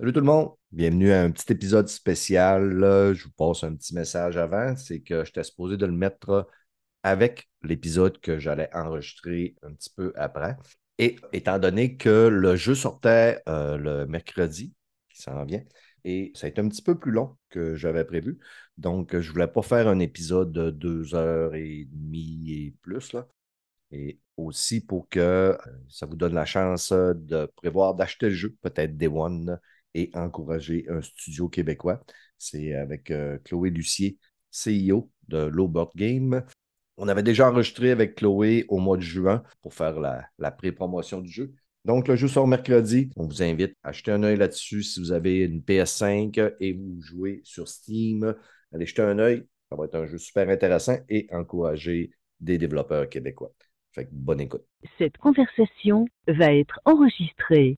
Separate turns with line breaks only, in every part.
Salut tout le monde, bienvenue à un petit épisode spécial. Là. Je vous passe un petit message avant, c'est que j'étais supposé de le mettre avec l'épisode que j'allais enregistrer un petit peu après. Et étant donné que le jeu sortait le mercredi, qui s'en vient, et ça a été un petit peu plus long que j'avais prévu, donc je ne voulais pas faire un épisode de 2 heures et demie et plus, là. Et aussi pour que ça vous donne la chance de prévoir d'acheter le jeu, peut-être Day One, et encourager un studio québécois. C'est avec Chloé Lucier, CEO de Low Board Game. On avait déjà enregistré avec Chloé au mois de juin pour faire la pré-promotion du jeu. Donc, le jeu sort mercredi. On vous invite à jeter un œil là-dessus si vous avez une PS5 et vous jouez sur Steam. Allez jeter un œil. Ça va être un jeu super intéressant et encourager des développeurs québécois. Fait que bonne écoute.
Cette conversation va être enregistrée.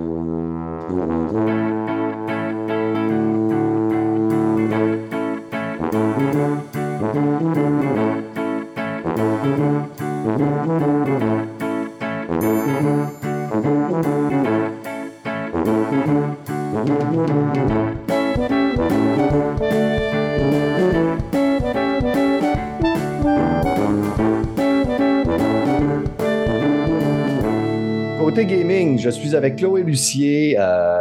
Côté gaming, je suis avec Chloé Lucier,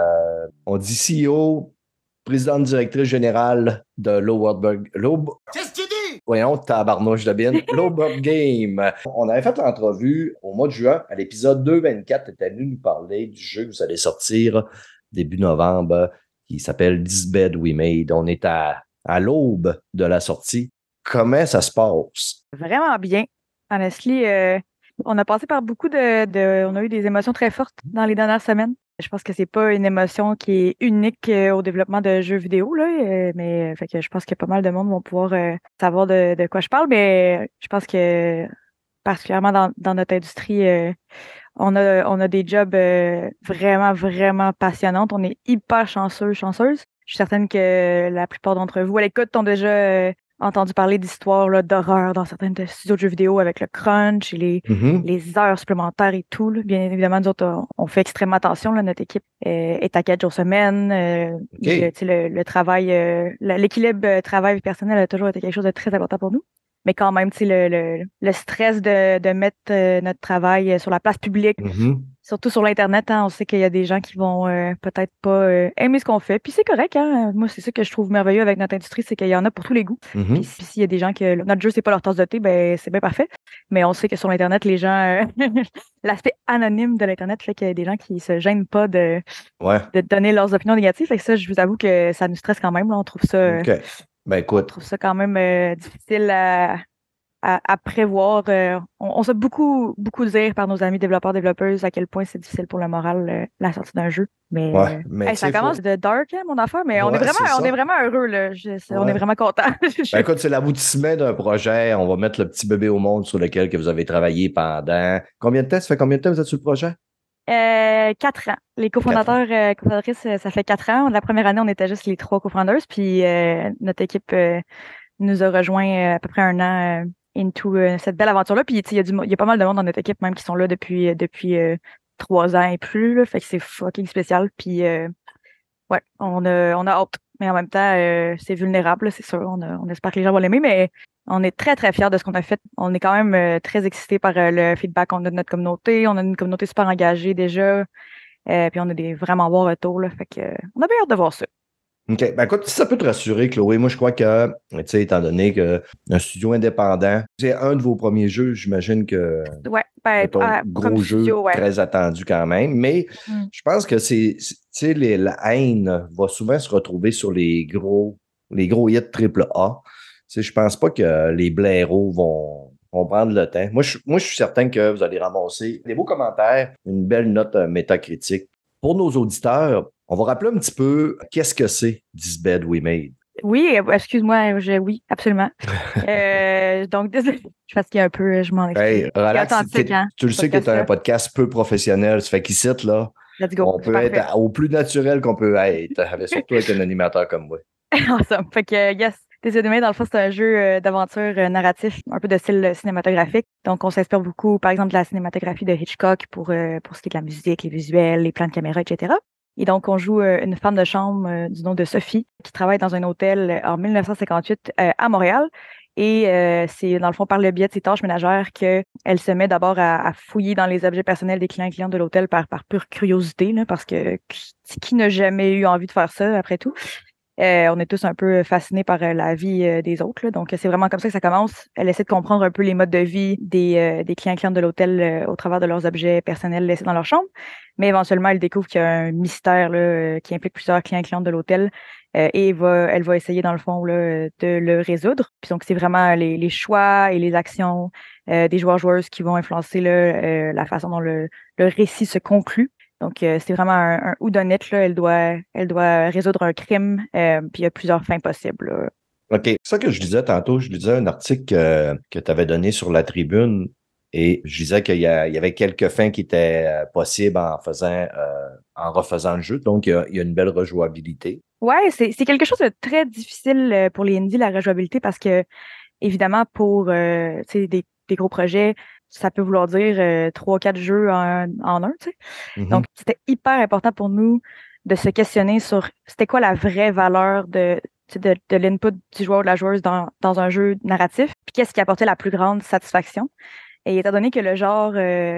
on dit CEO, présidente directrice générale de Qu'est-ce que tu dis? Voyons, tabarnouche de bien. Low Board Game. On avait fait l'entrevue au mois de juin, à l'épisode 224, tu étais venu nous parler du jeu que vous allez sortir début novembre, qui s'appelle This Bed We Made. On est à l'aube de la sortie. Comment ça se passe?
Vraiment bien. Honestly, on a passé par beaucoup on a eu des émotions très fortes dans les dernières semaines. Je pense que c'est pas une émotion qui est unique au développement de jeux vidéo, là, mais fait que je pense que pas mal de monde vont pouvoir savoir de quoi je parle, mais je pense que particulièrement dans notre industrie, on a des jobs vraiment, vraiment passionnantes. On est hyper chanceux, chanceuse. Je suis certaine que la plupart d'entre vous à l'écoute ont déjà entendu parler d'histoires là, d'horreur dans certains studios de jeux vidéo avec le crunch et les heures supplémentaires et tout. Là. Bien évidemment, nous autres, on fait extrêmement attention. Là. Notre équipe est à 4 jours semaine.
OK.
Le travail, l'équilibre travail personnel a toujours été quelque chose de très important pour nous. Mais quand même, tu sais, le stress de mettre notre travail sur la place publique,
Mhm.
surtout sur l'Internet, hein, on sait qu'il y a des gens qui vont peut-être pas aimer ce qu'on fait. Puis c'est correct, hein. Moi, c'est ça que je trouve merveilleux avec notre industrie, c'est qu'il y en a pour tous les goûts.
Mhm.
Puis s'il y a des gens que notre jeu, c'est pas leur tasse de thé, ben c'est bien parfait. Mais on sait que sur l'Internet, les gens l'aspect anonyme de l'Internet fait qu'il y a des gens qui se gênent pas
Ouais.
de donner leurs opinions négatives. Fait que ça, je vous avoue que ça nous stresse quand même. Là.
OK. Ben
On
écoute,
trouve ça quand même difficile à prévoir. On se fait beaucoup, beaucoup dire par nos amis développeurs, développeuses à quel point c'est difficile pour le moral, la sortie d'un jeu.
ouais,
Mais
mais
hey,
tu
ça
sais,
commence de dark, hein, mon affaire, mais
Ouais, c'est
on est
ça.
vraiment heureux, là. On est
Ouais.
vraiment contents.
Ben écoute, c'est l'aboutissement d'un projet. On va mettre le petit bébé au monde sur lequel que vous avez travaillé pendant. Combien de temps? Ça fait combien de temps que vous êtes sur le projet?
4 ans. Les
4 ans.
cofondateurs, cofondatrices, ça fait 4 ans. La première année, on était juste les 3 cofonders, puis notre équipe nous a rejoint à peu près un an into cette belle aventure-là. Puis tu sais, il y a pas mal de monde dans notre équipe même qui sont là depuis 3 ans et plus. Là, fait que c'est fucking spécial. Puis ouais, on a hâte. Mais en même temps, c'est vulnérable, là, c'est sûr. On espère que les gens vont l'aimer, mais on est très, très fiers de ce qu'on a fait. On est quand même très excités par le feedback qu'on a de notre communauté. On a une communauté super engagée déjà. Puis on a des vraiment bons retours. Là, fait que, on a bien hâte de voir ça.
OK. Ben écoute, si ça peut te rassurer, Chloé, moi je crois que, tu sais, étant donné qu'un studio indépendant, c'est un de vos premiers jeux, j'imagine que
Ouais, ben,
c'est un
comme
gros jeu
studio, ouais.
très attendu quand même, mais
Mm.
je pense que tu sais, la haine va souvent se retrouver sur les gros hits triple A. Tu sais, je pense pas que les blaireaux vont prendre le temps. Moi, je suis certain que vous allez ramasser des beaux commentaires, une belle note métacritique. Pour nos auditeurs, on va rappeler un petit peu qu'est-ce que c'est This Bed We Made.
Oui, excuse-moi, oui, absolument. Donc, désolé, je fatiguée un peu, je m'en excuse.
Hey,
C'est
relax,
authentique, hein,
tu le
ce
sais que tu as un
podcast-là.
podcast peu professionnel. Ça fait qu'ici, là,
Let's go,
on
c'est
peut
parfait.
être au plus naturel qu'on peut être, surtout avec un animateur comme moi.
Awesome. Fait que, yes, Décidément, dans le fond, c'est un jeu d'aventure narratif, un peu de style cinématographique. Donc, on s'inspire beaucoup, par exemple, de la cinématographie de Hitchcock pour ce qui est de la musique, les visuels, les plans de caméra, etc. Et donc, on joue une femme de chambre du nom de Sophie qui travaille dans un hôtel en 1958 à Montréal. Et c'est, dans le fond, par le biais de ses tâches ménagères qu'elle se met d'abord à fouiller dans les objets personnels des clients et clientes de l'hôtel par pure curiosité, là, parce que qui n'a jamais eu envie de faire ça, après tout? On est tous un peu fascinés par la vie des autres, là. Donc, c'est vraiment comme ça que ça commence. Elle essaie de comprendre un peu les modes de vie des clients et clientes de l'hôtel au travers de leurs objets personnels laissés dans leur chambre. Mais éventuellement, elle découvre qu'il y a un mystère là, qui implique plusieurs clients et clientes de l'hôtel et elle va essayer, dans le fond, là, de le résoudre. Puis donc, c'est vraiment les choix et les actions des joueurs-joueuses qui vont influencer là, la façon dont le récit se conclut. Donc, c'est vraiment un whodunit, là. Elle doit résoudre un crime, puis il y a plusieurs fins possibles, là.
OK. C'est ça que je disais tantôt. Je lisais un article que tu avais donné sur la tribune et je disais qu'il y avait quelques fins qui étaient possibles en refaisant le jeu. Donc, il y a une belle rejouabilité.
Ouais, c'est quelque chose de très difficile pour les indies, la rejouabilité, parce que, évidemment, pour tu sais, des gros projets, ça peut vouloir dire 3-4 jeux en un, tu sais. Donc, c'était hyper important pour nous de se questionner sur c'était quoi la vraie valeur de l'input du joueur ou de la joueuse dans un jeu narratif, puis qu'est-ce qui apportait la plus grande satisfaction. Et étant donné que le genre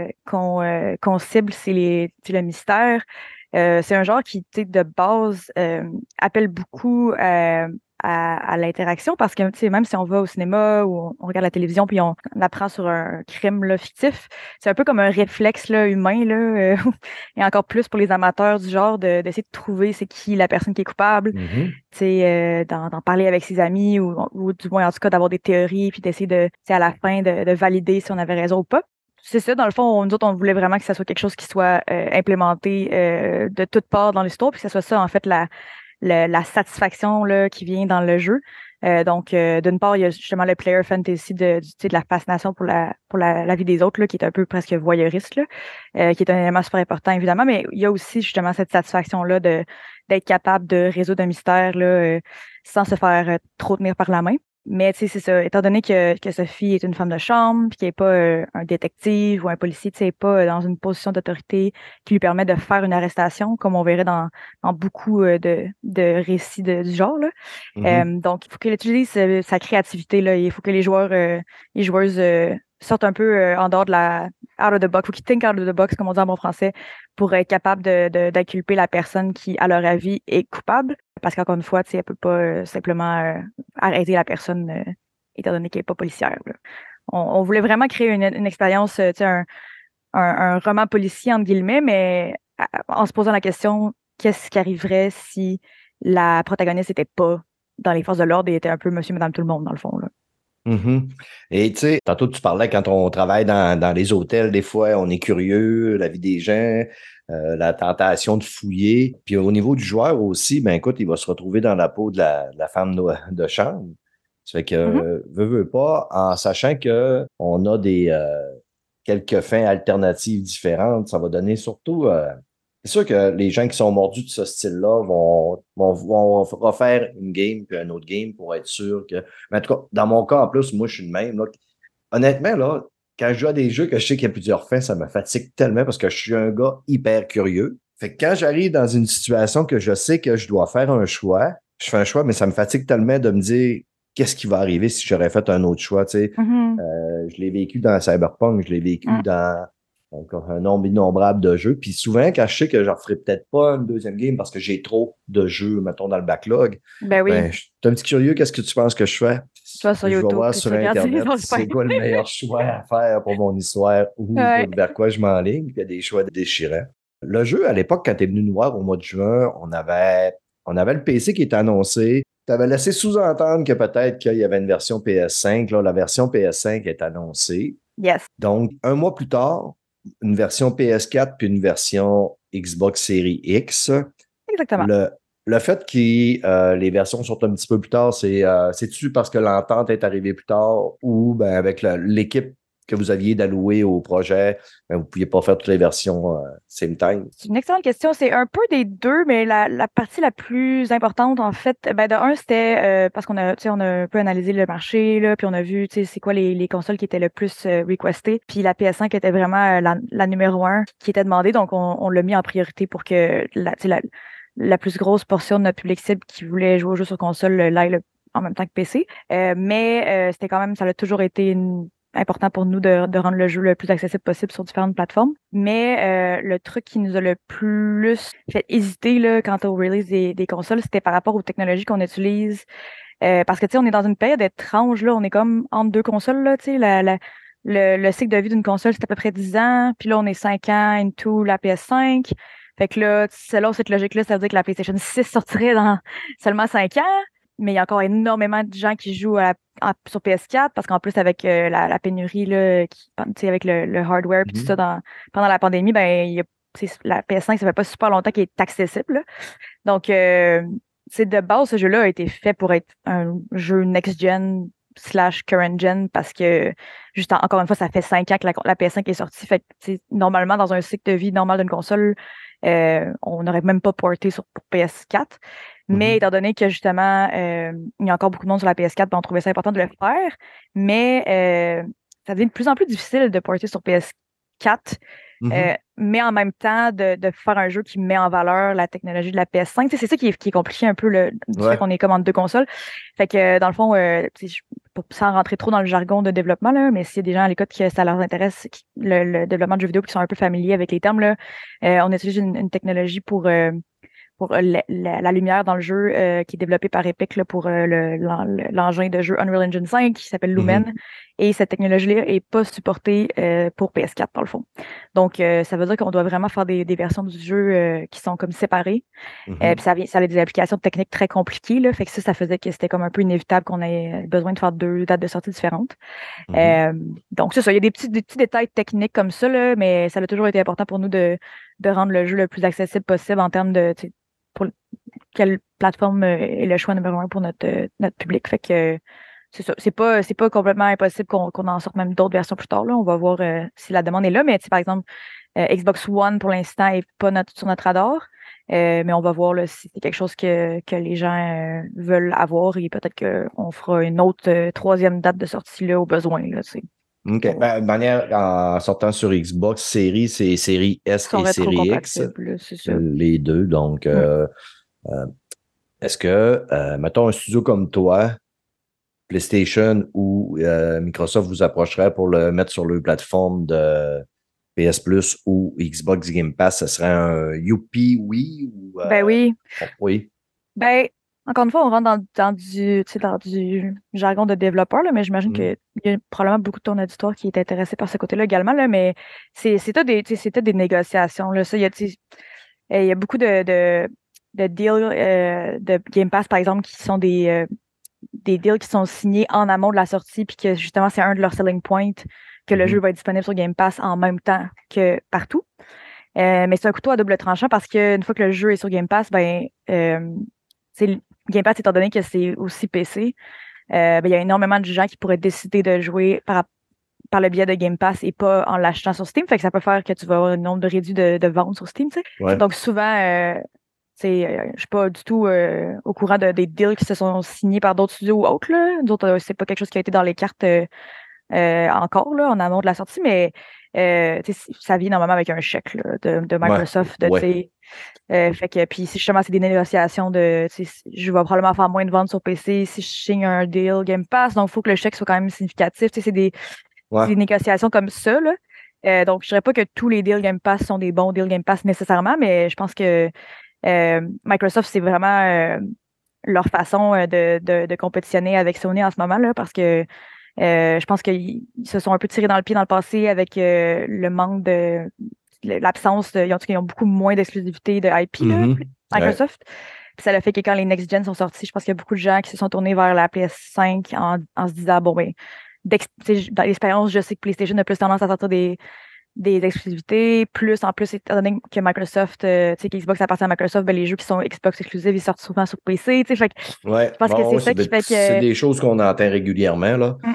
qu'on cible, c'est le mystère, c'est un genre qui, tu sais, de base, appelle beaucoup à l'interaction parce que, tu sais, même si on va au cinéma ou on regarde la télévision puis on apprend sur un crime là, fictif, c'est un peu comme un réflexe là, humain, là, et encore plus pour les amateurs du genre d'essayer de trouver c'est qui la personne qui est coupable, tu sais, d'en parler avec ses amis ou du moins, en tout cas, d'avoir des théories puis d'essayer de, tu sais, à la fin, de valider si on avait raison ou pas. C'est ça, dans le fond, nous autres, on voulait vraiment que ça soit quelque chose qui soit implémenté de toutes parts dans l'histoire, puis que ce soit ça, en fait, la satisfaction là, qui vient dans le jeu. Donc, d'une part, il y a justement le player fantasy tu sais, de la fascination pour la vie des autres, là, qui est un peu presque voyeuriste, là, qui est un élément super important, évidemment, mais il y a aussi justement cette satisfaction-là d'être capable de résoudre un mystère là, sans se faire trop tenir par la main. Mais tu sais, c'est ça. Étant donné que Sophie est une femme de chambre, puis qu'elle n'est pas un détective ou un policier, tu sais, pas dans une position d'autorité qui lui permet de faire une arrestation, comme on verrait dans beaucoup de récits du genre, là. Donc, il faut qu'elle utilise sa créativité, là. Il faut que les joueurs, les joueuses sortent un peu en dehors de la out of the box, faut qu'ils think out of the box, comme on dit en bon français, pour être capable d'inculper la personne qui, à leur avis, est coupable. Parce qu'encore une fois, tu sais, elle peut pas simplement arrêter la personne étant donné qu'elle n'est pas policière, là. On voulait vraiment créer une expérience, tu sais, un roman policier, entre guillemets, mais en se posant la question, qu'est-ce qui arriverait si la protagoniste n'était pas dans les forces de l'ordre et était un peu monsieur, madame, tout le monde, dans le fond, là.
Et tu sais, tantôt tu parlais quand on travaille dans les hôtels, des fois on est curieux, la vie des gens, la tentation de fouiller. Puis au niveau du joueur aussi, ben écoute, il va se retrouver dans la peau de la femme de chambre. Ça fait que, veut pas, en sachant que on a quelques fins alternatives différentes, ça va donner surtout... c'est sûr que les gens qui sont mordus de ce style-là vont refaire une game puis un autre game pour être sûr que... Mais en tout cas, dans mon cas, en plus, moi, je suis le même, là. Honnêtement, là, quand je joue à des jeux que je sais qu'il y a plusieurs fins, ça me fatigue tellement parce que je suis un gars hyper curieux. Fait que quand j'arrive dans une situation que je sais que je dois faire un choix, je fais un choix, mais ça me fatigue tellement de me dire qu'est-ce qui va arriver si j'aurais fait un autre choix, tu sais. Je l'ai vécu dans Cyberpunk, je l'ai vécu dans encore un nombre innombrable de jeux. Puis souvent, quand je sais que j'en ferai peut-être pas une deuxième game parce que j'ai trop de jeux, mettons, dans le backlog,
Ben oui.
ben, je suis un petit curieux, qu'est-ce que tu penses que je fais?
Tu vas sur
Je vais
YouTube,
voir
puis
sur
tu regardes
Internet
les autres
c'est
fins.
quoi le meilleur choix à faire pour mon histoire ou
Ouais.
vers quoi je m'enligne. Puis il y a des choix déchirants. Le jeu, à l'époque, quand tu es venu nous voir au mois de juin, on avait le PC qui était annoncé. Tu avais laissé sous-entendre que peut-être qu'il y avait une version PS5. Là, la version PS5 est annoncée.
Yes.
Donc, un mois plus tard, une version PS4 puis une version Xbox Series X.
Exactement.
Le fait que les versions sont un petit peu plus tard, c'est-tu parce que l'entente est arrivée plus tard ou ben avec l'équipe que vous aviez d'allouer au projet, vous ne pouviez pas faire toutes les versions same time?
C'est une excellente question. C'est un peu des deux, mais la partie la plus importante, en fait, de un, c'était parce qu'on a, on a un peu analysé le marché, là, puis on a vu c'est quoi les consoles qui étaient le plus requestées. Puis la PS5 était vraiment la numéro un qui était demandée, donc on l'a mis en priorité pour que la plus grosse portion de notre public cible qui voulait jouer aux jeux sur console l'aille en même temps que PC. Mais c'était quand même, ça a toujours été important pour nous de rendre le jeu le plus accessible possible sur différentes plateformes. Mais le truc qui nous a le plus fait hésiter là, quant au release des consoles, c'était par rapport aux technologies qu'on utilise. Parce que on est dans une période étrange, là, on est comme entre deux consoles, là, le cycle de vie d'une console, c'est à peu près 10 ans, puis là, on est 5 ans into la PS5. Fait que là, selon cette logique-là, ça veut dire que la PlayStation 6 sortirait dans seulement 5 ans. Mais il y a encore énormément de gens qui jouent sur PS4 parce qu'en plus, avec la pénurie, là, avec le hardware et tout ça pendant la pandémie, ben, la PS5, ça fait pas super longtemps qu'il est accessible. Là. Donc, de base, ce jeu-là a été fait pour être un jeu next-gen / current-gen parce que, juste encore une fois, ça fait 5 ans que la PS5 est sortie. Fait que, normalement, dans un cycle de vie normal d'une console, on n'aurait même pas porté pour PS4. Mais étant donné que justement, il y a encore beaucoup de monde sur la PS4, ben, on trouvait ça important de le faire. Mais ça devient de plus en plus difficile de porter sur PS4. Mais en même temps, de faire un jeu qui met en valeur la technologie de la PS5. C'est ça qui est compliqué un peu du fait qu'on est comme entre deux consoles. Fait que dans le fond, sans rentrer trop dans le jargon de développement, là, mais s'il y a des gens à l'écoute que ça leur intéresse, le développement de jeux vidéo qui sont un peu familiers avec les termes, là, on utilise une technologie pour la lumière dans le jeu qui est développée par Epic là, pour l'engin de jeu Unreal Engine 5 qui s'appelle Lumen. Et cette technologie-là n'est pas supportée pour PS4 dans le fond. Donc, ça veut dire qu'on doit vraiment faire des versions du jeu qui sont comme séparées. Puis ça a des applications techniques très compliquées. Là, fait que ça faisait que c'était comme un peu inévitable qu'on ait besoin de faire 2 dates de sortie différentes. Donc, c'est ça. Il y a des petits détails techniques comme ça, là, mais ça a toujours été important pour nous de rendre le jeu le plus accessible possible en termes de pour quelle plateforme est le choix numéro un pour notre public. Fait que c'est ça. C'est pas complètement impossible qu'on en sorte même d'autres versions plus tard. Là. On va voir si la demande est là. Mais par exemple, Xbox One pour l'instant n'est pas sur notre radar. Mais on va voir là, si c'est quelque chose que les gens veulent avoir et peut-être qu'on fera une autre troisième date de sortie là, au besoin. Là,
OK. De manière, en sortant sur Xbox, c'est série S et série X.
C'est ça.
Les deux. Donc, est-ce que, mettons, un studio comme toi, PlayStation ou Microsoft vous approcherait pour le mettre sur leur plateforme de PS Plus ou Xbox Game Pass, ce serait un youpi, oui? Ou,
ben oui.
Oui.
Ben, encore une fois, on rentre dans du jargon de développeur, là, mais j'imagine qu'il y a probablement beaucoup de ton auditoire qui est intéressé par ce côté-là également, là, mais c'était des négociations. Là, ça, il y a beaucoup de deals de Game Pass, par exemple, qui sont des deals qui sont signés en amont de la sortie, puis que justement, c'est un de leurs selling points que le jeu va être disponible sur Game Pass en même temps que partout. Mais c'est un couteau à double tranchant parce qu'une fois que le jeu est sur Game Pass, ben Game Pass, étant donné que c'est aussi PC, il y a énormément de gens qui pourraient décider de jouer par le biais de Game Pass et pas en l'achetant sur Steam. Fait que ça peut faire que tu vas avoir un nombre de réduit de ventes sur Steam. Ouais. Donc souvent, je suis pas du tout au courant des deals qui se sont signés par d'autres studios ou autres. Là. D'autres, c'est pas quelque chose qui a été dans les cartes encore là, en amont de la sortie, mais ça vient normalement avec un chèque là, de Microsoft. Fait que puis si justement c'est des négociations je vais probablement faire moins de ventes sur PC si je signe un deal Game Pass, donc il faut que le chèque soit quand même significatif. C'est des négociations comme ça. Là. Donc je dirais pas que tous les deals Game Pass sont des bons deals Game Pass nécessairement, mais je pense que Microsoft, c'est vraiment leur façon de compétitionner avec Sony en ce moment là, parce que je pense qu'ils se sont un peu tirés dans le pied dans le passé avec le manque l'absence ils ont beaucoup moins d'exclusivité de IP, là, Microsoft. Puis ça a fait que quand les Next Gen sont sortis, je pense qu'il y a beaucoup de gens qui se sont tournés vers la PS5 en se disant, bon, ben, dans l'expérience, je sais que PlayStation a plus tendance à sortir des exclusivités, en plus, étant donné que Microsoft, que Xbox appartient à Microsoft, ben, les jeux qui sont Xbox exclusifs, ils sortent souvent sur PC, fait que je pense que c'est ça qui fait que...
C'est des choses qu'on entend régulièrement, là.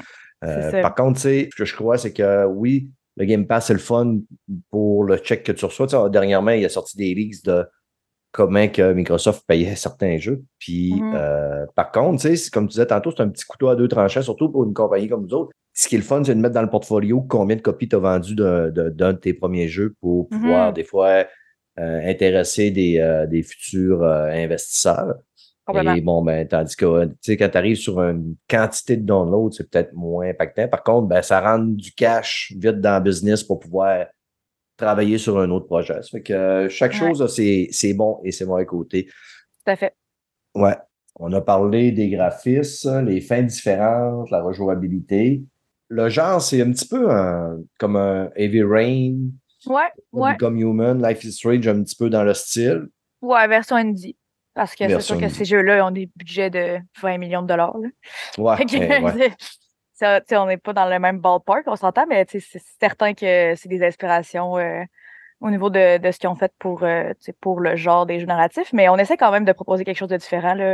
C'est ça.
Par contre, tu sais, ce que je crois, c'est que oui, le Game Pass, c'est le fun pour le check que tu reçois. Tu sais, dernièrement, il a sorti des leaks de comment que Microsoft payait certains jeux. Puis,
Mhm.
par contre, tu sais, comme tu disais tantôt, c'est un petit couteau à deux tranchants, surtout pour une compagnie comme nous autres. Ce qui est le fun, c'est de mettre dans le portfolio combien de copies tu as vendu d'un de tes premiers jeux pour pouvoir,
Mhm.
des fois, intéresser des futurs investisseurs.
Complètement.
Et bon, ben, tandis que, tu sais, quand tu arrives sur une quantité de downloads, c'est peut-être moins impactant. Par contre, ben, ça rentre du cash vite dans le business pour pouvoir travailler sur un autre projet. Ça fait que chaque
Ouais,
chose a c'est bon et ses mauvais côtés.
tout à fait.
Ouais. On a parlé des graphismes, les fins différentes, la rejouabilité. Le genre, c'est un petit peu comme un Heavy Rain,
Ouais, ouais.
Become Human, Life is Strange, un petit peu dans le style.
Ouais, version indie. Parce que c'est sûr
Version
que ces
indie.
jeux-là ont des budgets de 20 millions de dollars, là.
Ouais,
Fait que,
ouais.
ça, tu sais, on n'est pas dans le même ballpark, on s'entend, mais tu sais, c'est certain que c'est des inspirations au niveau de ce qu'ils ont fait tu sais, pour le genre des jeux narratifs. Mais on essaie quand même de proposer quelque chose de différent, là.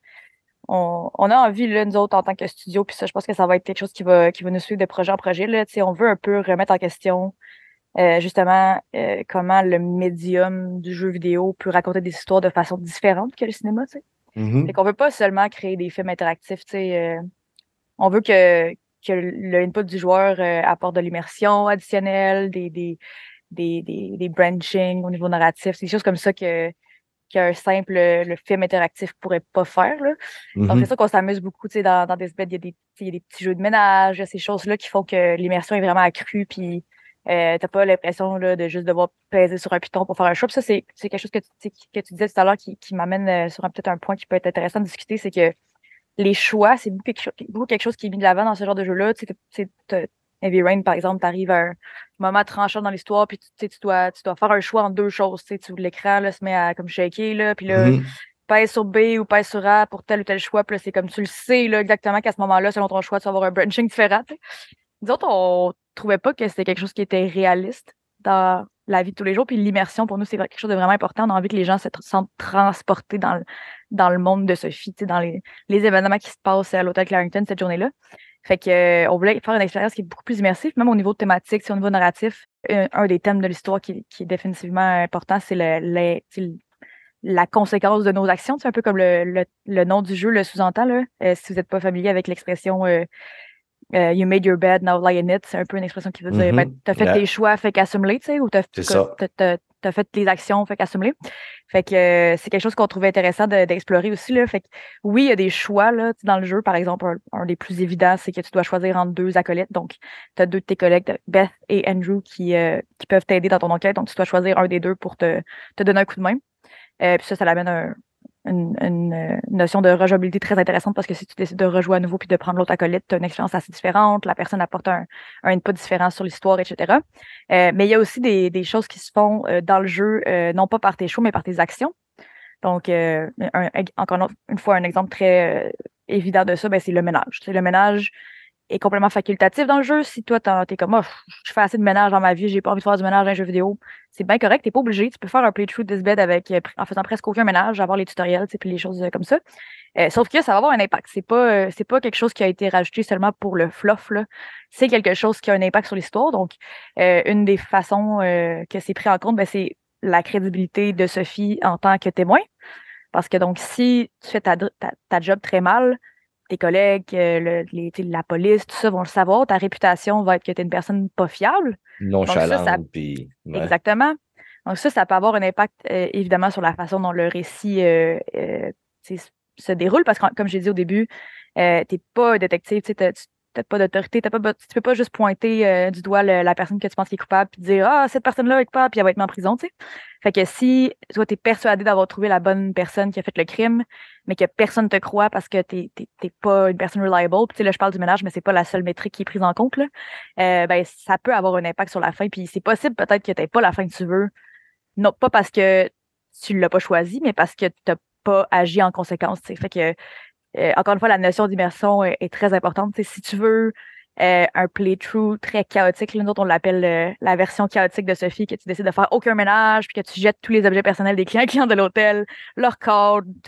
On a envie, là, nous autres, en tant que studio, puis ça, je pense que ça va être quelque chose qui va nous suivre de projet en projet, là. Tu sais, on veut un peu remettre en question justement comment le médium du jeu vidéo peut raconter des histoires de façon différente que le cinéma, tu sais. Fait
Mhm.
qu'on veut pas seulement créer des films interactifs, tu sais. On veut que le input du joueur apporte de l'immersion additionnelle, des branching au niveau narratif. C'est des choses comme ça qu'un simple le film interactif pourrait pas faire, là. Donc, c'est
Mhm.
ça qu'on s'amuse beaucoup, tu sais, dans des semaines, il y a des petits jeux de ménage, ces choses-là qui font que l'immersion est vraiment accrue, puis t'as pas l'impression là, de juste devoir peser sur un piton pour faire un choix. Puis ça, c'est quelque chose que tu sais, que tu disais tout à l'heure qui m'amène sur peut-être un point qui peut être intéressant de discuter, c'est que les choix, c'est beaucoup quelque chose qui est mis de l'avant dans ce genre de jeu-là. Tu sais, Heavy Rain, par exemple, t'arrives à un moment tranchant dans l'histoire, puis tu sais, tu dois faire un choix en deux choses. Tu sais, l'écran là, se met à comme shaker, là, puis là,
Mhm.
pèse sur B ou pèse sur A pour tel ou tel choix, puis là, c'est comme tu le sais là, exactement qu'à ce moment-là, selon ton choix, tu vas avoir un branching différent. Tu sais. Nous autres, on trouvait pas que c'était quelque chose qui était réaliste dans la vie de tous les jours. Puis l'immersion, pour nous, c'est quelque chose de vraiment important. On a envie que les gens se sentent transportés dans le monde de Sophie, tu sais, dans les événements qui se passent à l'Hôtel Clarington cette journée-là. Fait que, on voulait faire une expérience qui est beaucoup plus immersive, même au niveau thématique, au niveau narratif. Un des thèmes de l'histoire qui est définitivement important, c'est tu sais, la conséquence de nos actions. C'est un peu comme le nom du jeu le sous-entend, là. Si vous n'êtes pas familier avec l'expression You made your bed, now lie in it. C'est un peu une expression qui veut dire, ben,
Mhm.
t'as fait tes
Yeah,
choix, fait qu'assume-les, tu sais, ou
c'est ça.
t'as fait les actions, fait qu'assume-les. Fait que c'est quelque chose qu'on trouvait intéressant d'explorer aussi, là. Fait que oui, il y a des choix, là, tu sais, dans le jeu. Par exemple, un des plus évidents, c'est que tu dois choisir entre deux acolytes. Donc, t'as deux de tes collègues, Beth et Andrew, qui peuvent t'aider dans ton enquête. Donc, tu dois choisir un des deux pour te donner un coup de main. Puis ça l'amène une notion de rejouabilité très intéressante parce que si tu décides de rejouer à nouveau puis de prendre l'autre acolyte, tu as une expérience assez différente, la personne apporte un input différent sur l'histoire, etc. Mais il y a aussi des choses qui se font dans le jeu, non pas par tes choix, mais par tes actions. Donc, encore une fois, un exemple très évident de ça, ben, c'est le ménage. Le ménage est complètement facultatif dans le jeu. Si toi, t'es comme, oh, je fais assez de ménage dans ma vie, j'ai pas envie de faire du ménage dans un jeu vidéo, c'est bien correct, t'es pas obligé. Tu peux faire un playthrough de this bed en faisant presque aucun ménage, avoir les tutoriels, puis les choses comme ça. Sauf que ça va avoir un impact. C'est pas quelque chose qui a été rajouté seulement pour le fluff, là. C'est quelque chose qui a un impact sur l'histoire. Donc, une des façons que c'est pris en compte, ben, c'est la crédibilité de Sophie en tant que témoin. Parce que donc, si tu fais ta job très mal, tes collègues, la police, tout ça vont le savoir. Ta réputation va être que tu es une personne pas fiable. Donc ça
Nonchalante, puis ouais.
exactement. Donc ça peut avoir un impact évidemment sur la façon dont le récit tu sais, se déroule. Parce que, comme j'ai dit au début, t'es pas détective, tu n'as pas d'autorité, tu peux pas juste pointer du doigt la personne que tu penses qui est coupable puis dire ah cette personne-là est coupable puis elle va être mise en prison, tu sais. Fait que si toi t'es persuadé d'avoir trouvé la bonne personne qui a fait le crime, mais que personne te croit parce que t'es pas une personne reliable, puis tu sais là je parle du ménage, mais c'est pas la seule métrique qui est prise en compte là. Ben ça peut avoir un impact sur la fin. Puis c'est possible peut-être que t'aies pas la fin que tu veux, non pas parce que tu l'as pas choisi, mais parce que t'as pas agi en conséquence, tu sais. Fait que encore une fois, la notion d'immersion est très importante. Si tu veux un playthrough très chaotique, là, nous autres, on l'appelle la version chaotique de Sophie, que tu décides de faire aucun ménage, puis que tu jettes tous les objets personnels des clients de l'hôtel, leur code,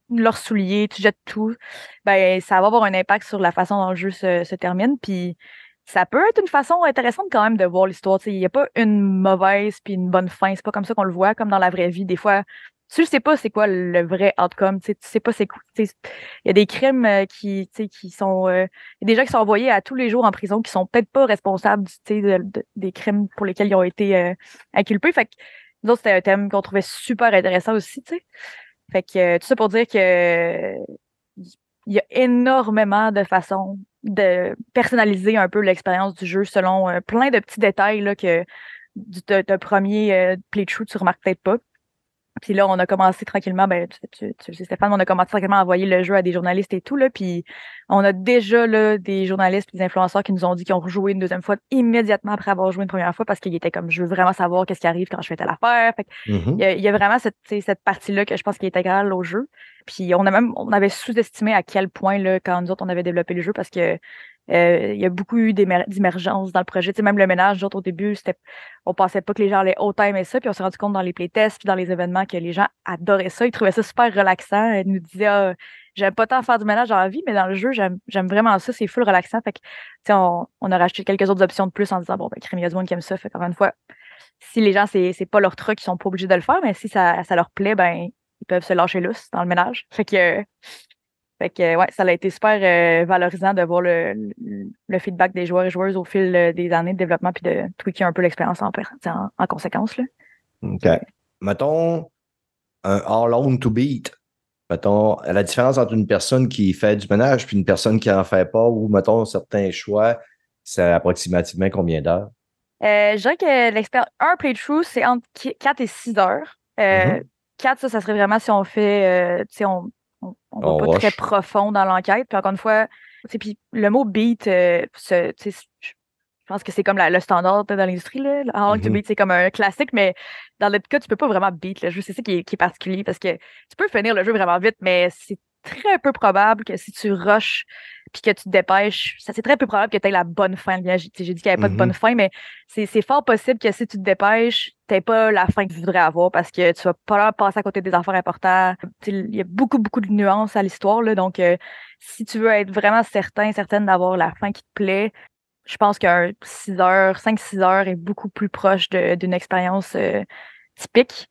leurs souliers, tu jettes tout, ben ça va avoir un impact sur la façon dont le jeu se termine. Puis ça peut être une façon intéressante quand même de voir l'histoire. Il n'y a pas une mauvaise puis une bonne fin. C'est pas comme ça qu'on le voit, comme dans la vraie vie. Des fois, tu sais pas c'est quoi le vrai outcome. Tu sais pas c'est quoi. Il y a des crimes qui sont. Il y a des gens qui sont envoyés à tous les jours en prison qui sont peut-être pas responsables des crimes pour lesquels ils ont été inculpés. Fait que nous autres, c'était un thème qu'on trouvait super intéressant aussi, tu sais. Fait que tout ça pour dire que il y a énormément de façons de personnaliser un peu l'expérience du jeu selon plein de petits détails là, que d'un premier playthrough, tu remarques peut-être pas. Puis là, on a commencé tranquillement, ben, tu le sais, Stéphane, on a commencé tranquillement à envoyer le jeu à des journalistes et tout, là, puis on a déjà, là, des journalistes et des influenceurs qui nous ont dit qu'ils ont rejoué une deuxième fois immédiatement après avoir joué une première fois parce qu'ils étaient comme, je veux vraiment savoir qu'est-ce qui arrive quand je fais telle affaire. Fait que
Mhm.
il y a vraiment cette partie-là que je pense qui est intégrale au jeu. Puis on avait sous-estimé à quel point, là, quand nous autres, on avait développé le jeu parce que il y a beaucoup eu d'immergence dans le projet. Tu sais, même le ménage, nous autres, au début, on pensait pas que les gens allaient autant aimer ça. Puis on s'est rendu compte dans les playtests puis dans les événements que les gens adoraient ça. Ils trouvaient ça super relaxant. Ils nous disaient, ah, j'aime pas tant faire du ménage dans la vie, mais dans le jeu, j'aime vraiment ça. C'est full relaxant. Fait que, tu sais, on a rajouté quelques autres options de plus en disant, bon, ben, crime, il y a du monde qui aime ça. Fait qu'encore une fois, si les gens, c'est pas leur truc, ils sont pas obligés de le faire, mais si ça leur plaît, ben, ils peuvent se lâcher lousse dans le ménage. Fait que ouais, ça a été super valorisant de voir le feedback des joueurs et joueuses au fil des années de développement puis de tweaker un peu l'expérience en conséquence, là.
OK. Mettons un How Long to Beat. Mettons, la différence entre une personne qui fait du ménage puis une personne qui en fait pas, ou mettons certains choix, c'est approximativement combien d'heures?
Je dirais que un playthrough, c'est entre 4 et 6 heures.
Mhm.
4, ça serait vraiment si on fait, tu sais, on va
On
pas très
rush.
profond dans l'enquête. Puis encore une fois, tu sais, puis le mot beat, tu sais, je pense que c'est comme le standard dans l'industrie, là. How long to
Mhm.
beat, c'est comme un classique, mais dans le cas, tu peux pas vraiment beat le jeu. C'est ça qui est particulier parce que tu peux finir le jeu vraiment vite, mais c'est très peu probable que si tu rushes puis que tu te dépêches, ça c'est très peu probable que tu aies la bonne fin. Bien, j'ai dit qu'il n'y avait pas de bonne
Mhm.
fin, mais c'est fort possible que si tu te dépêches, tu pas la fin que tu voudrais avoir parce que tu vas pas leur passer à côté des affaires importantes. Tu sais, il y a beaucoup, beaucoup de nuances à l'histoire, là. Donc, si tu veux être vraiment certaine d'avoir la fin qui te plaît, je pense qu'un 6 heures, 5-6 heures est beaucoup plus proche d'une expérience typique.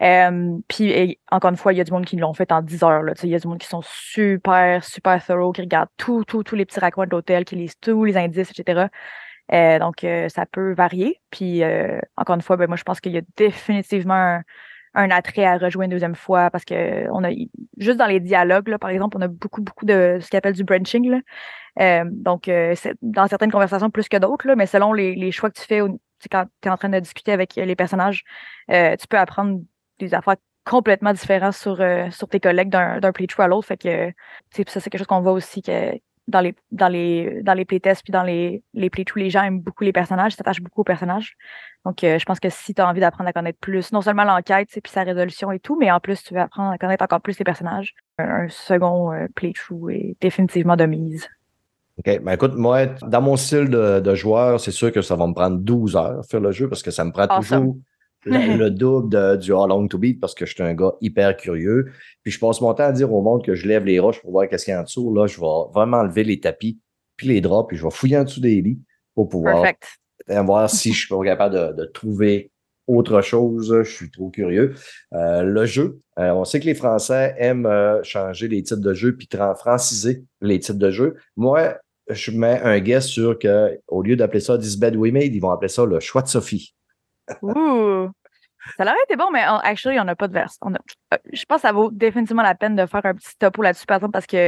Puis, encore une fois, il y a du monde qui l'ont fait en 10 heures, là. Tu sais, il y a du monde qui sont super, super thorough, qui regardent tous les petits raccoins de l'hôtel, qui lisent tous les indices, etc. Donc, ça peut varier. Puis, encore une fois, ben, moi, je pense qu'il y a définitivement un attrait à rejouer une deuxième fois parce que juste dans les dialogues, là, par exemple, on a beaucoup, beaucoup de ce qu'on appelle du branching, là. Donc, c'est dans certaines conversations plus que d'autres, là, mais selon les choix que tu fais quand tu es en train de discuter avec les personnages, tu peux apprendre des affaires complètement différentes sur tes collègues d'un playthrough à l'autre. Fait que ça, c'est quelque chose qu'on voit aussi que dans les playtests puis dans les playthroughs, les gens aiment beaucoup les personnages, s'attachent beaucoup aux personnages. Donc, je pense que si tu as envie d'apprendre à connaître plus, non seulement l'enquête, puis sa résolution et tout, mais en plus, tu veux apprendre à connaître encore plus les personnages, un second playthrough est définitivement de mise.
OK. Ben écoute, moi, dans mon style de joueur, c'est sûr que ça va me prendre 12 heures faire le jeu parce que ça me prend
Awesome.
toujours le double du How Long to Beat parce que je suis un gars hyper curieux. Puis je passe mon temps à dire au monde que je lève les roches pour voir qu'est-ce qu'il y a en dessous. Là, je vais vraiment enlever les tapis puis les draps puis je vais fouiller en dessous des lits pour pouvoir
Perfect.
voir si je suis pas capable de trouver autre chose. Je suis trop curieux. Le jeu, on sait que les Français aiment changer les titres de jeu puis franciser les titres de jeu. Moi, je mets un guess sur que au lieu d'appeler ça This Bed We Made, ils vont appeler ça le choix de Sophie.
Ouh! Ça aurait été bon, mais actually, on n'a pas de verse. Je pense que ça vaut définitivement la peine de faire un petit topo là-dessus, par exemple, parce que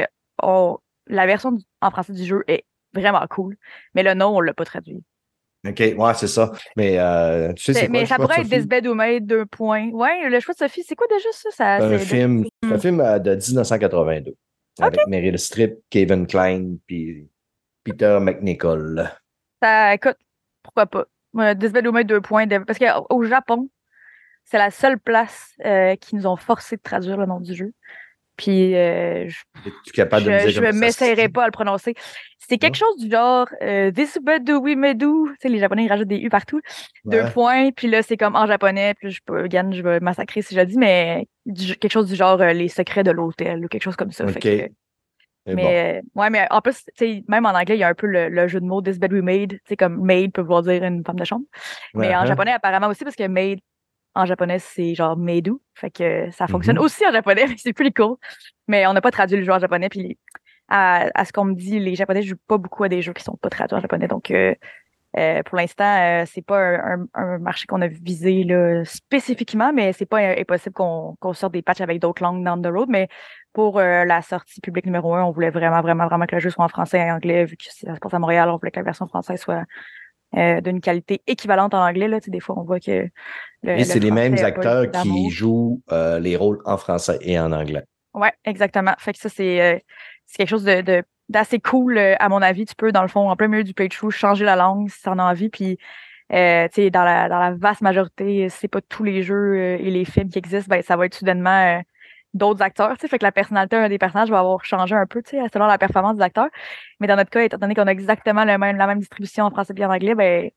la version en français du jeu est vraiment cool, mais le nom, on l'a pas traduit.
OK, ouais, c'est ça. Mais tu sais, c'est quoi
Mais
le
ça
choix de
pourrait être This
Sophie?
Bed We Made, 2 points. Ouais, le choix de Sophie, c'est quoi déjà ça? Ça
C'est un
c'est
film, c'est un
Hmm.
film de 1982
OK.
avec Meryl Streep, Kevin Kline puis Peter McNichol.
Écoute, pourquoi pas? This Bed We Made, 2 points. Parce qu'au Japon, c'est la seule place qui nous ont forcé de traduire le nom du jeu. Puis
Es-tu capable de me dire
je
comment ça se
m'essayerai
dit?
pas à le prononcer. C'est quelque
Non?
chose du genre Disubedu Wimedu. Tu sais, les Japonais, ils rajoutent des U partout. Deux
Ouais.
points, puis là, c'est comme en japonais, puis again, je vais massacrer si je le dis, mais quelque chose du genre les secrets de l'hôtel ou quelque chose comme ça. Fait
OK.
que,
C'est bon.
mais ouais, mais en plus, tu sais, même en anglais, il y a un peu le jeu de mots This bed we made. Tu sais, comme maid peut vouloir dire une femme de chambre. Mais en
Uh-huh.
japonais, apparemment aussi, parce que maid en japonais, c'est genre meidu. Fait que ça fonctionne
Mhm.
aussi en japonais, c'est pretty cool. Mais on n'a pas traduit le jeu en japonais, puis à ce qu'on me dit, les Japonais jouent pas beaucoup à des jeux qui sont pas traduits en japonais. Donc, pour l'instant, c'est pas un marché qu'on a visé là, spécifiquement, mais c'est pas impossible qu'on sorte des patchs avec d'autres langues down the road. Mais pour la sortie publique numéro 1, on voulait vraiment, vraiment, vraiment que le jeu soit en français et en anglais, vu que ça se passe à Montréal, on voulait que la version française soit d'une qualité équivalente en anglais. Là. Tu sais, des fois, on voit que
Et
le
c'est les mêmes
français n'a pas le
acteurs qui
d'amour.
jouent les rôles en français et en anglais.
Ouais, exactement. Fait que ça, c'est quelque chose d'assez cool, à mon avis. Tu peux, dans le fond, en plein milieu du playthrough, changer la langue si tu en as envie. Puis, tu sais, dans la vaste majorité, si c'est pas tous les jeux et les films qui existent, ben, ça va être soudainement d'autres acteurs. Tu sais, fait que la personnalité d'un des personnages va avoir changé un peu, tu sais, selon la performance des acteurs. Mais dans notre cas, étant donné qu'on a exactement la même distribution en français et en anglais, ben,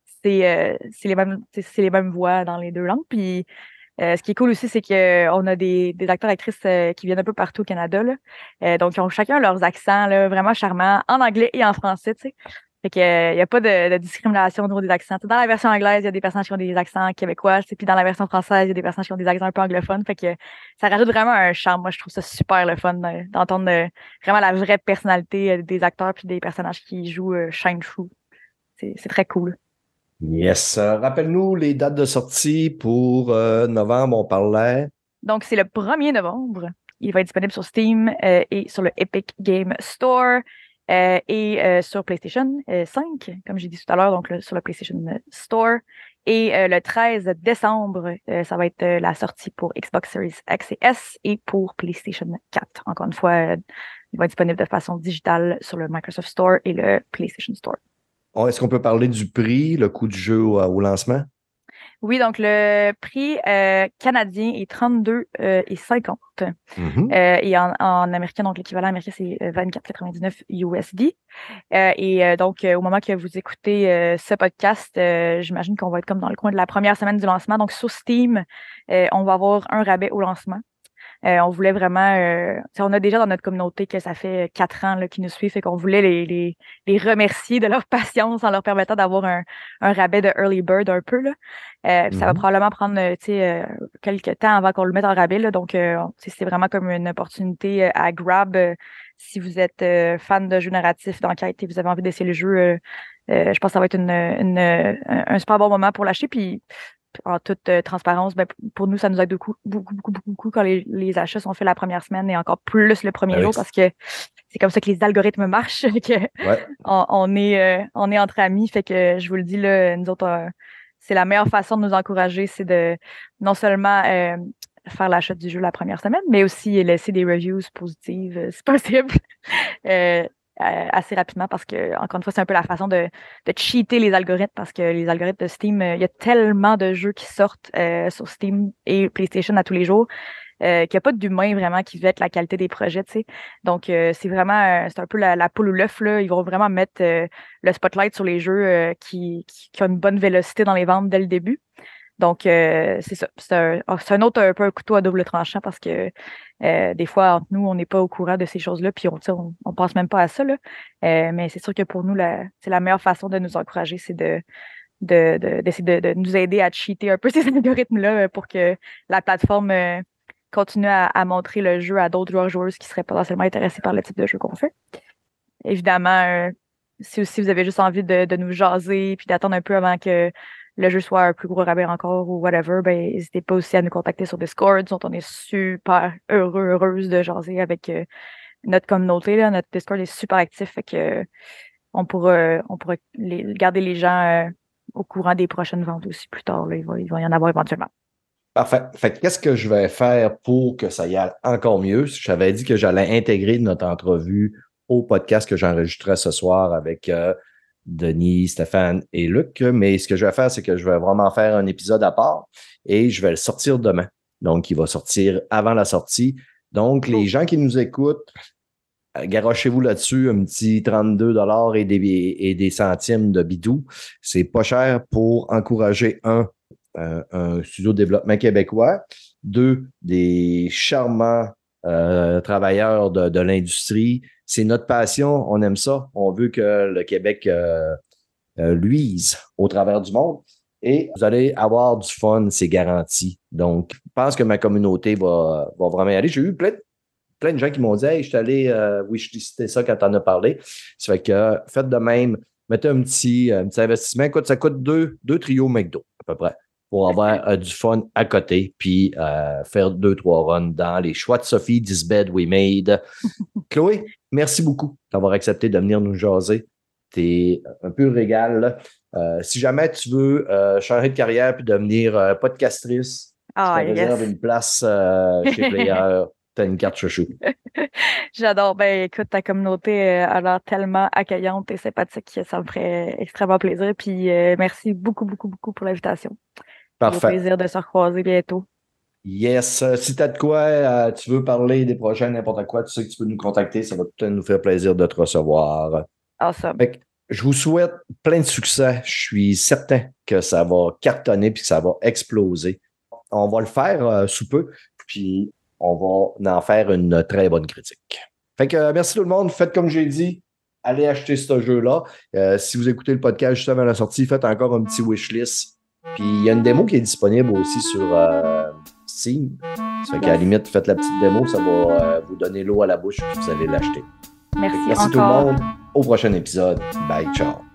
c'est c'est les mêmes voix dans les deux langues. Puis, ce qui est cool aussi, c'est qu'on a des acteurs et actrices qui viennent un peu partout au Canada. Là. Donc, ils ont chacun leurs accents là, vraiment charmants en anglais et en français. Tu sais. Fait que, il n'y a pas de discrimination au niveau des accents. Dans la version anglaise, il y a des personnages qui ont des accents québécois. Puis dans la version française, il y a des personnages qui ont des accents un peu anglophones. Fait que ça rajoute vraiment un charme. Moi, je trouve ça super le fun d'entendre vraiment la vraie personnalité des acteurs puis des personnages qui jouent shine through. C'est très cool.
Yes. Rappelle-nous les dates de sortie pour novembre, on parlait.
Donc, c'est le 1er novembre. Il va être disponible sur Steam et sur le Epic Game Store et sur PlayStation 5, comme j'ai dit tout à l'heure, donc sur le PlayStation Store. Et le 13 décembre, ça va être la sortie pour Xbox Series X et S et pour PlayStation 4. Encore une fois, il va être disponible de façon digitale sur le Microsoft Store et le PlayStation Store.
Est-ce qu'on peut parler du prix, le coût du jeu au lancement?
Oui, donc le prix canadien est 32,50 et en américain, donc l'équivalent américain, c'est 24,99 USD. Donc, au moment que vous écoutez ce podcast, j'imagine qu'on va être comme dans le coin de la première semaine du lancement. Donc, sur Steam, on va avoir un rabais au lancement. On voulait vraiment, on a déjà dans notre communauté que ça fait 4 ans là, qu'ils nous suivent, fait qu'on voulait les remercier de leur patience en leur permettant d'avoir un rabais de early bird un peu. Là. Ça va probablement prendre quelques temps avant qu'on le mette en rabais. Là, donc, c'est vraiment comme une opportunité à grab. Si vous êtes fan de jeux narratifs, d'enquête et vous avez envie d'essayer le jeu, je pense que ça va être un super bon moment pour l'acheter. Puis en toute transparence, ben, pour nous, ça nous aide beaucoup, beaucoup, beaucoup, beaucoup quand les achats sont faits la première semaine et encore plus le premier jour parce que c'est comme ça que les algorithmes marchent. Que
Ouais.
on est entre amis. Fait que je vous le dis, là, nous autres, c'est la meilleure façon de nous encourager, c'est de non seulement faire l'achat du jeu la première semaine, mais aussi laisser des reviews positives, si possible. Assez rapidement parce que, encore une fois, c'est un peu la façon de cheater les algorithmes parce que les algorithmes de Steam, il y a tellement de jeux qui sortent sur Steam et PlayStation à tous les jours qu'il n'y a pas d'humain vraiment qui vette la qualité des projets, tu sais. Donc, c'est vraiment, c'est un peu la poule ou l'œuf, là. Ils vont vraiment mettre le spotlight sur les jeux qui ont une bonne vélocité dans les ventes dès le début. Donc, c'est ça. C'est un autre un peu un couteau à double tranchant parce que des fois, entre nous, on n'est pas au courant de ces choses-là, puis on pense même pas à ça. Là. Mais c'est sûr que pour nous, c'est la meilleure façon de nous encourager, c'est d'essayer de nous aider à cheater un peu ces algorithmes-là pour que la plateforme continue à montrer le jeu à d'autres joueurs-joueuses qui seraient potentiellement intéressés par le type de jeu qu'on fait. Évidemment, si aussi vous avez juste envie de nous jaser puis d'attendre un peu avant que le jeu soit un plus gros rabais encore ou whatever, ben n'hésitez pas aussi à nous contacter sur Discord, dont on est super heureuse de jaser avec notre communauté. Là. Notre Discord est super actif, fait que on pourra garder les gens au courant des prochaines ventes aussi plus tard. Là. Il va y en avoir éventuellement.
Parfait. Fait que qu'est-ce que je vais faire pour que ça y aille encore mieux? J'avais dit que j'allais intégrer notre entrevue au podcast que j'enregistrais ce soir avec Denis, Stéphane et Luc. Mais ce que je vais faire, c'est que je vais vraiment faire un épisode à part et je vais le sortir demain. Donc, il va sortir avant la sortie Donc, les gens qui nous écoutent, garochez-vous là-dessus, un petit 32 et des centimes de bidou. C'est pas cher pour encourager un studio de développement québécois, deux, des charmants travailleurs de l'industrie. C'est notre passion, on aime ça. On veut que le Québec luise au travers du monde. Et vous allez avoir du fun, c'est garanti. Donc, je pense que ma communauté va vraiment y aller. J'ai eu plein de gens qui m'ont dit « Hey, je suis allé, oui, je t'ai cité ça quand t'en as parlé. » Ça fait que faites de même, mettez un petit investissement. Écoute, ça coûte deux trios McDo, à peu près, pour avoir du fun à côté, puis faire 2-3 runs dans les choix de Sophie, This Bed We Made. Chloé, merci beaucoup d'avoir accepté de venir nous jaser. T'es un peu régal. Si jamais tu veux changer de carrière puis devenir podcastrice, je te réserve une place chez Player. T'as une carte chouchou.
J'adore. Ben, écoute, ta communauté a l'air tellement accueillante et sympathique que ça me ferait extrêmement plaisir. Puis merci beaucoup, beaucoup, beaucoup pour l'invitation.
Parfait.
Au plaisir de se recroiser bientôt.
Yes. Si tu as de quoi, tu veux parler des prochains, n'importe quoi, tu sais que tu peux nous contacter. Ça va tout nous faire plaisir de te recevoir.
Awesome.
Fait que je vous souhaite plein de succès. Je suis certain que ça va cartonner puis que ça va exploser. On va le faire sous peu, puis on va en faire une très bonne critique. Fait que merci tout le monde. Faites comme j'ai dit. Allez acheter ce jeu-là. Si vous écoutez le podcast juste avant la sortie, faites encore un petit wishlist. Puis il y a une démo qui est disponible aussi sur Steam. Ça fait qu'à la limite, faites la petite démo, ça va vous donner l'eau à la bouche puis vous allez l'acheter.
Merci
encore. Tout le monde. Au prochain épisode. Bye, ciao.